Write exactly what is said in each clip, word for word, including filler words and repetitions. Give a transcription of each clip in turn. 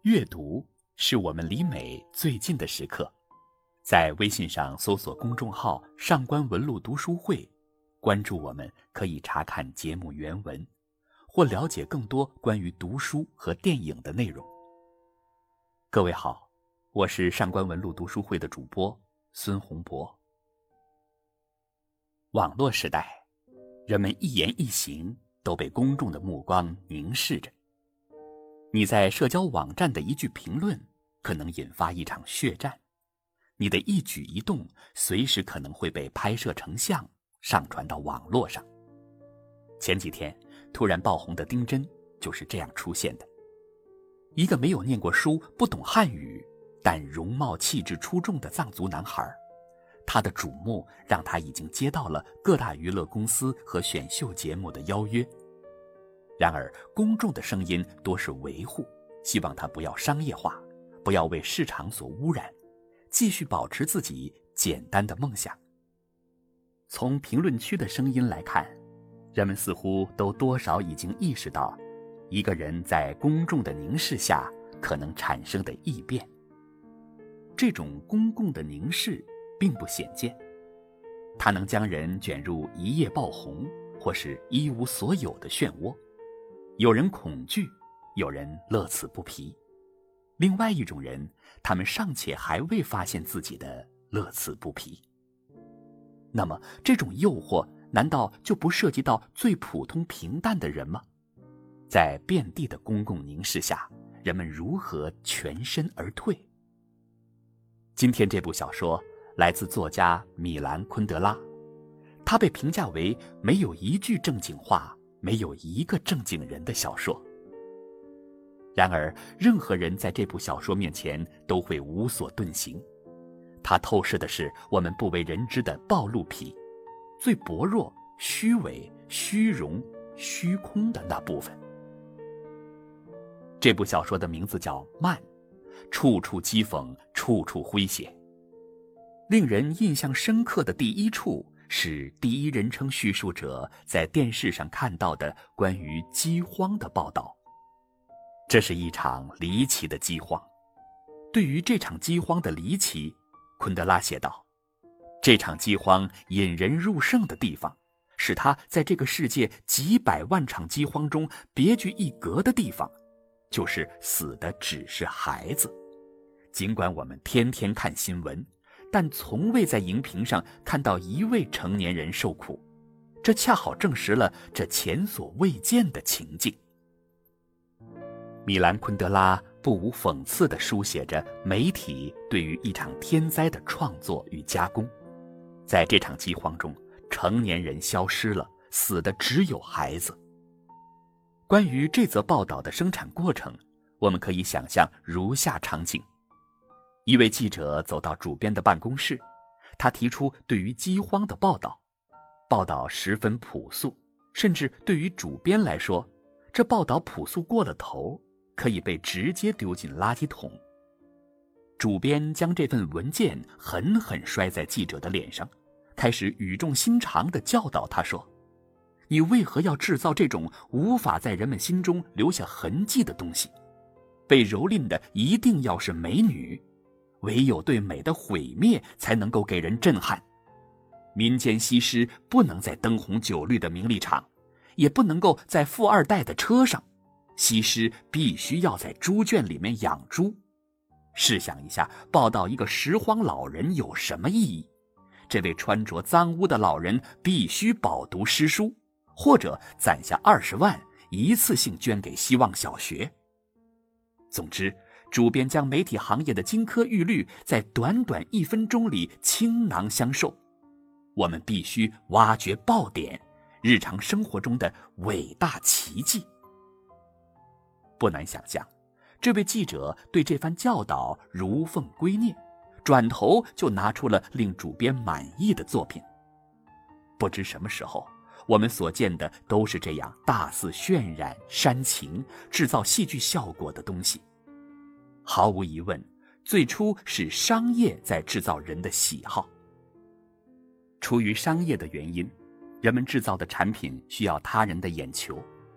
阅读是我们离美最近的时刻。在微信上搜索公众号上官文路读书会，关注我们可以查看节目原文，或了解更多关于读书和电影的内容。各位好，我是上官文路读书会的主播孙洪博。网络时代，人们一言一行都被公众的目光凝视着。你在社交网站的一句评论，可能引发一场血战。你的一举一动，随时可能会被拍摄成像，上传到网络上。前几天突然爆红的丁真就是这样出现的。一个没有念过书、不懂汉语，但容貌气质出众的藏族男孩，他的瞩目让他已经接到了各大娱乐公司和选秀节目的邀约。然而公众的声音多是维护，希望他不要商业化，不要为市场所污染，继续保持自己简单的梦想。从评论区的声音来看，人们似乎都多少已经意识到一个人在公众的凝视下可能产生的异变。这种公共的凝视并不鲜见，它能将人卷入一夜爆红或是一无所有的漩涡。有人恐惧，有人乐此不疲，另外一种人，他们尚且还未发现自己的乐此不疲。那么这种诱惑难道就不涉及到最普通平淡的人吗？在遍地的公共凝视下，人们如何全身而退？今天这部小说来自作家米兰昆德拉，他被评价为没有一句正经话，没有一个正经人的小说。然而任何人在这部小说面前都会无所遁形，它透视的是我们不为人知的暴露皮，最薄弱、虚伪、虚荣、虚空的那部分。这部小说的名字叫《慢》，处处讥讽，处处诙谐。令人印象深刻的第一处是第一人称叙述者在电视上看到的关于饥荒的报道。这是一场离奇的饥荒。对于这场饥荒的离奇，昆德拉写道，这场饥荒引人入胜的地方，是他在这个世界几百万场饥荒中别具一格的地方，就是死的只是孩子。尽管我们天天看新闻，但从未在荧屏上看到一位成年人受苦，这恰好证实了这前所未见的情境。米兰昆德拉不无讽刺地书写着媒体对于一场天灾的创作与加工。在这场饥荒中，成年人消失了，死的只有孩子。关于这则报道的生产过程，我们可以想象如下场景。一位记者走到主编的办公室，他提出对于饥荒的报道。报道十分朴素，甚至对于主编来说，这报道朴素过了头，可以被直接丢进垃圾桶。主编将这份文件狠狠摔在记者的脸上，开始语重心长地教导他说，你为何要制造这种无法在人们心中留下痕迹的东西？被蹂躏的一定要是美女，唯有对美的毁灭才能够给人震撼。民间西施不能在灯红酒绿的名利场，也不能够在富二代的车上，西施必须要在猪圈里面养猪。试想一下，报道一个拾荒老人有什么意义？这位穿着脏污的老人必须饱读诗书，或者攒下二十万，一次性捐给希望小学。总之，主编将媒体行业的金科玉律在短短一分钟里倾囊相授。我们必须挖掘爆点，日常生活中的伟大奇迹。不难想象，这位记者对这番教导如奉圭臬，转头就拿出了令主编满意的作品。不知什么时候，我们所见的都是这样大肆渲染煽情、制造戏剧效果的东西。毫无疑问，最初是商业在制造人的喜好。出于商业的原因，人们制造的产品需要他人的眼球，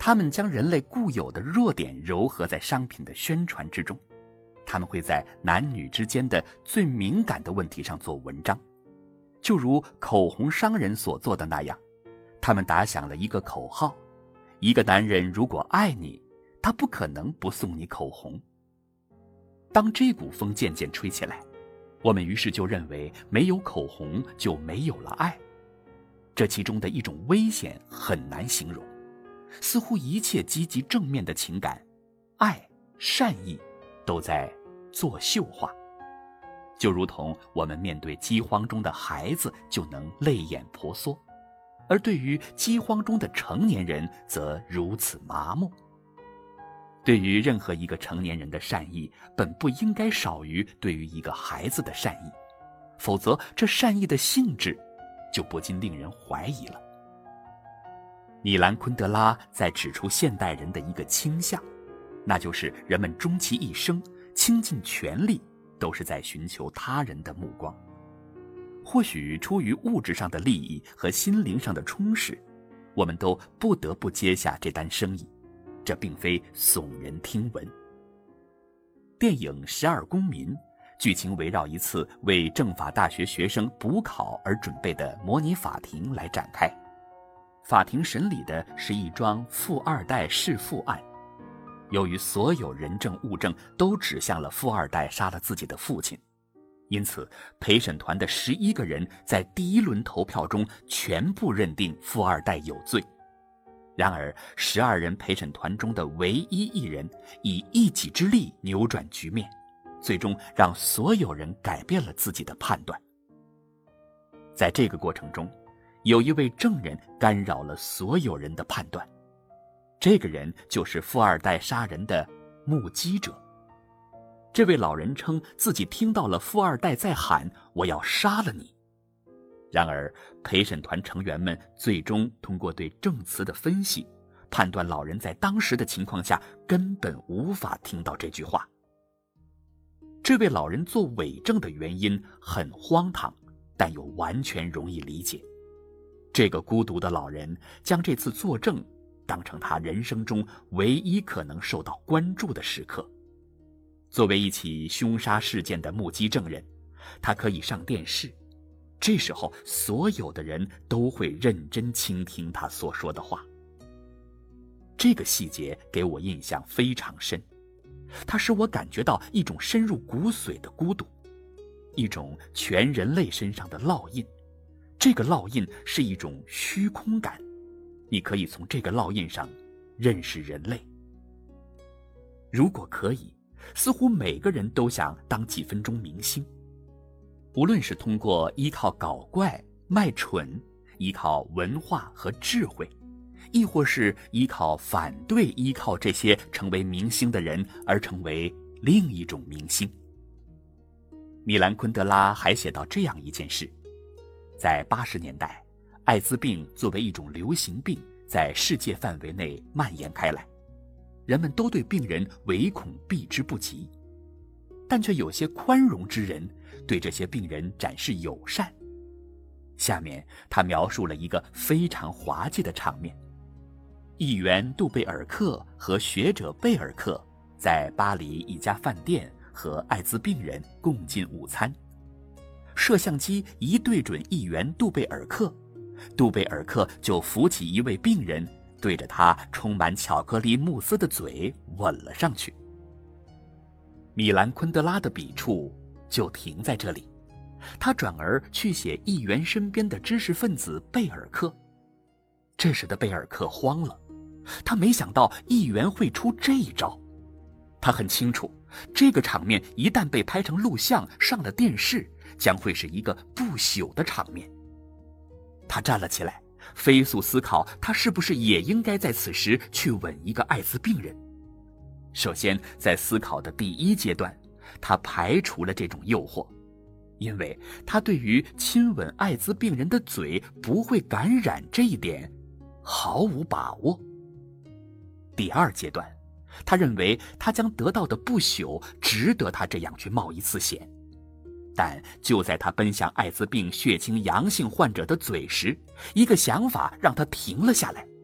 他们将人类固有的弱点糅合在商品的宣传之中，他们会在男女之间的最敏感的问题上做文章，就如口红商人所做的那样，他们打响了一个口号：一个男人如果爱你，他不可能不送你口红。当这股风渐渐吹起来，我们于是就认为没有口红就没有了爱。这其中的一种危险很难形容，似乎一切积极正面的情感，爱、善意都在作秀化。就如同我们面对饥荒中的孩子就能泪眼婆娑，而对于饥荒中的成年人则如此麻木。对于任何一个成年人的善意，本不应该少于对于一个孩子的善意，否则这善意的性质就不禁令人怀疑了。米兰昆德拉在指出现代人的一个倾向，那就是人们终其一生倾尽全力都是在寻求他人的目光。或许出于物质上的利益和心灵上的充实，我们都不得不接下这单生意，这并非耸人听闻。电影《十二公民》剧情围绕一次为政法大学学生补考而准备的模拟法庭来展开。法庭审理的是一桩富二代弑父案，由于所有人证物证都指向了富二代杀了自己的父亲，因此陪审团的十一个人在第一轮投票中全部认定富二代有罪。然而十二人陪审团中的唯一一人以一己之力扭转局面，最终让所有人改变了自己的判断。在这个过程中，有一位证人干扰了所有人的判断，这个人就是富二代杀人的目击者。这位老人称自己听到了富二代在喊：“我要杀了你。”然而陪审团成员们最终通过对证词的分析，判断老人在当时的情况下根本无法听到这句话。这位老人做伪证的原因很荒唐，但又完全容易理解。这个孤独的老人将这次作证当成他人生中唯一可能受到关注的时刻。作为一起凶杀事件的目击证人，他可以上电视，这时候所有的人都会认真倾听他所说的话。这个细节给我印象非常深，它使我感觉到一种深入骨髓的孤独，一种全人类身上的烙印。这个烙印是一种虚空感，你可以从这个烙印上认识人类。如果可以，似乎每个人都想当几分钟明星，无论是通过依靠搞怪、卖蠢，依靠文化和智慧，亦或是依靠反对依靠这些成为明星的人而成为另一种明星。米兰昆德拉还写到这样一件事，在八十年代，艾滋病作为一种流行病在世界范围内蔓延开来，人们都对病人唯恐避之不及，但却有些宽容之人对这些病人展示友善。下面他描述了一个非常滑稽的场面：议员杜贝尔克和学者贝尔克在巴黎一家饭店和艾滋病人共进午餐。摄像机一对准议员杜贝尔克，杜贝尔克就扶起一位病人，对着他充满巧克力慕斯的嘴吻了上去。米兰昆德拉的笔触就停在这里，他转而去写议员身边的知识分子贝尔克。这时的贝尔克慌了，他没想到议员会出这一招。他很清楚，这个场面一旦被拍成录像上了电视，将会是一个不朽的场面。他站了起来，飞速思考他是不是也应该在此时去吻一个艾滋病人。首先，在思考的第一阶段，他排除了这种诱惑，因为他对于亲吻艾滋病人的嘴不会感染这一点毫无把握。第二阶段，他认为他将得到的不朽值得他这样去冒一次险。但就在他奔向艾滋病血清阳性患者的嘴时，一个想法让他停了下来。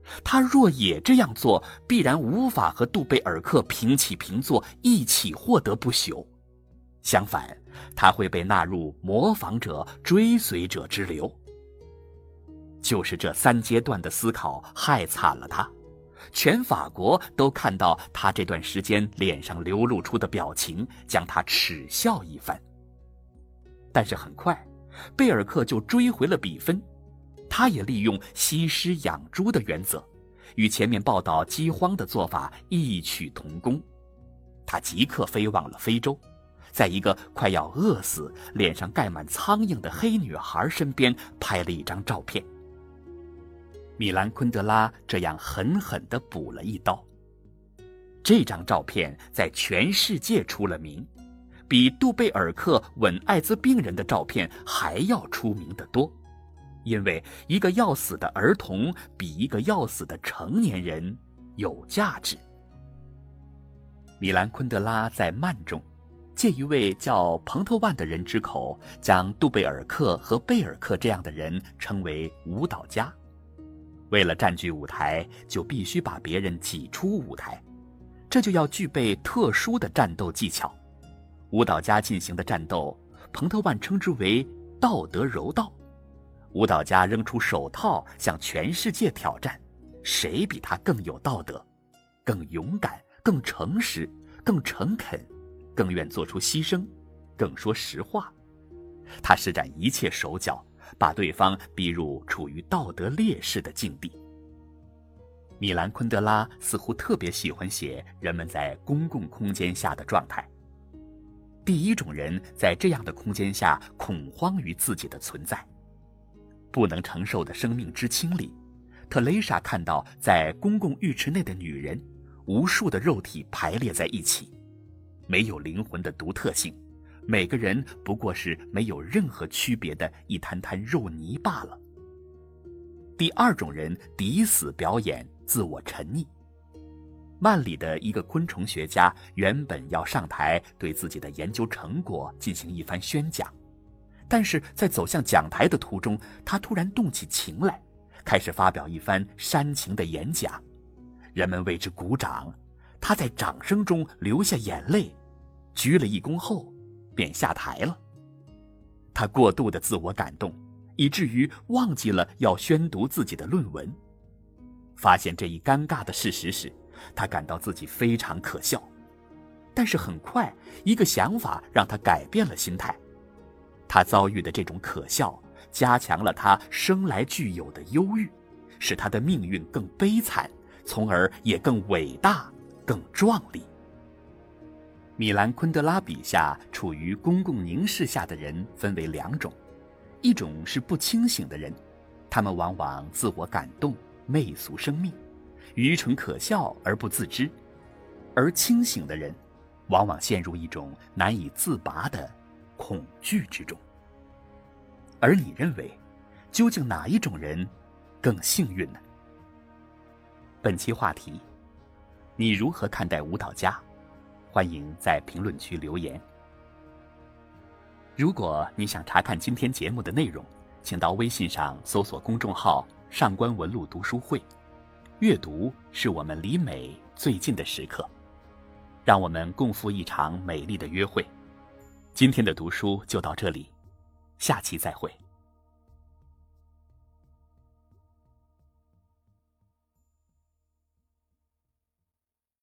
他若也这样做，必然无法和杜贝尔克平起平坐，一起获得不朽。相反，他会被纳入模仿者、追随者之流。就是这三阶段的思考害惨了他，全法国都看到他这段时间脸上流露出的表情，将他耻笑一番。但是很快，贝尔克就追回了比分。他也利用吸狮养猪的原则，与前面报道饥荒的做法异曲同工。他即刻飞往了非洲，在一个快要饿死、脸上盖满苍蝇的黑女孩身边拍了一张照片。米兰昆德拉这样狠狠地补了一刀。这张照片在全世界出了名，比杜贝尔克吻艾滋病人的照片还要出名得多。因为一个要死的儿童比一个要死的成年人有价值。米兰昆德拉在漫中借一位叫彭特万的人之口，将杜贝尔克和贝尔克这样的人称为舞蹈家。为了占据舞台，就必须把别人挤出舞台，这就要具备特殊的战斗技巧。舞蹈家进行的战斗，彭特万称之为道德柔道。舞蹈家扔出手套向全世界挑战，谁比他更有道德，更勇敢，更诚实，更诚恳，更愿做出牺牲，更说实话。他施展一切手脚，把对方逼入处于道德劣势的境地。米兰昆德拉似乎特别喜欢写人们在公共空间下的状态。第一种人在这样的空间下恐慌于自己的存在，不能承受的生命之轻里，特蕾莎看到在公共浴池内的女人，无数的肉体排列在一起，没有灵魂的独特性，每个人不过是没有任何区别的一滩滩肉泥罢了。第二种人抵死表演，自我沉溺。曼里的一个昆虫学家原本要上台对自己的研究成果进行一番宣讲，但是在走向讲台的途中，他突然动起情来，开始发表一番煽情的演讲。人们为之鼓掌，他在掌声中流下眼泪，鞠了一躬后便下台了。他过度的自我感动，以至于忘记了要宣读自己的论文。发现这一尴尬的事实时，他感到自己非常可笑。但是很快，一个想法让他改变了心态。他遭遇的这种可笑，加强了他生来具有的忧郁，使他的命运更悲惨，从而也更伟大、更壮丽。米兰昆德拉笔下处于公共凝视下的人分为两种，一种是不清醒的人，他们往往自我感动，媚俗生命，愚蠢可笑而不自知；而清醒的人往往陷入一种难以自拔的恐惧之中。而你认为，究竟哪一种人更幸运呢？本期话题：你如何看待舞蹈家？欢迎在评论区留言。如果你想查看今天节目的内容，请到微信上搜索公众号上官文路读书会。阅读是我们离美最近的时刻，让我们共赴一场美丽的约会。今天的读书就到这里，下期再会。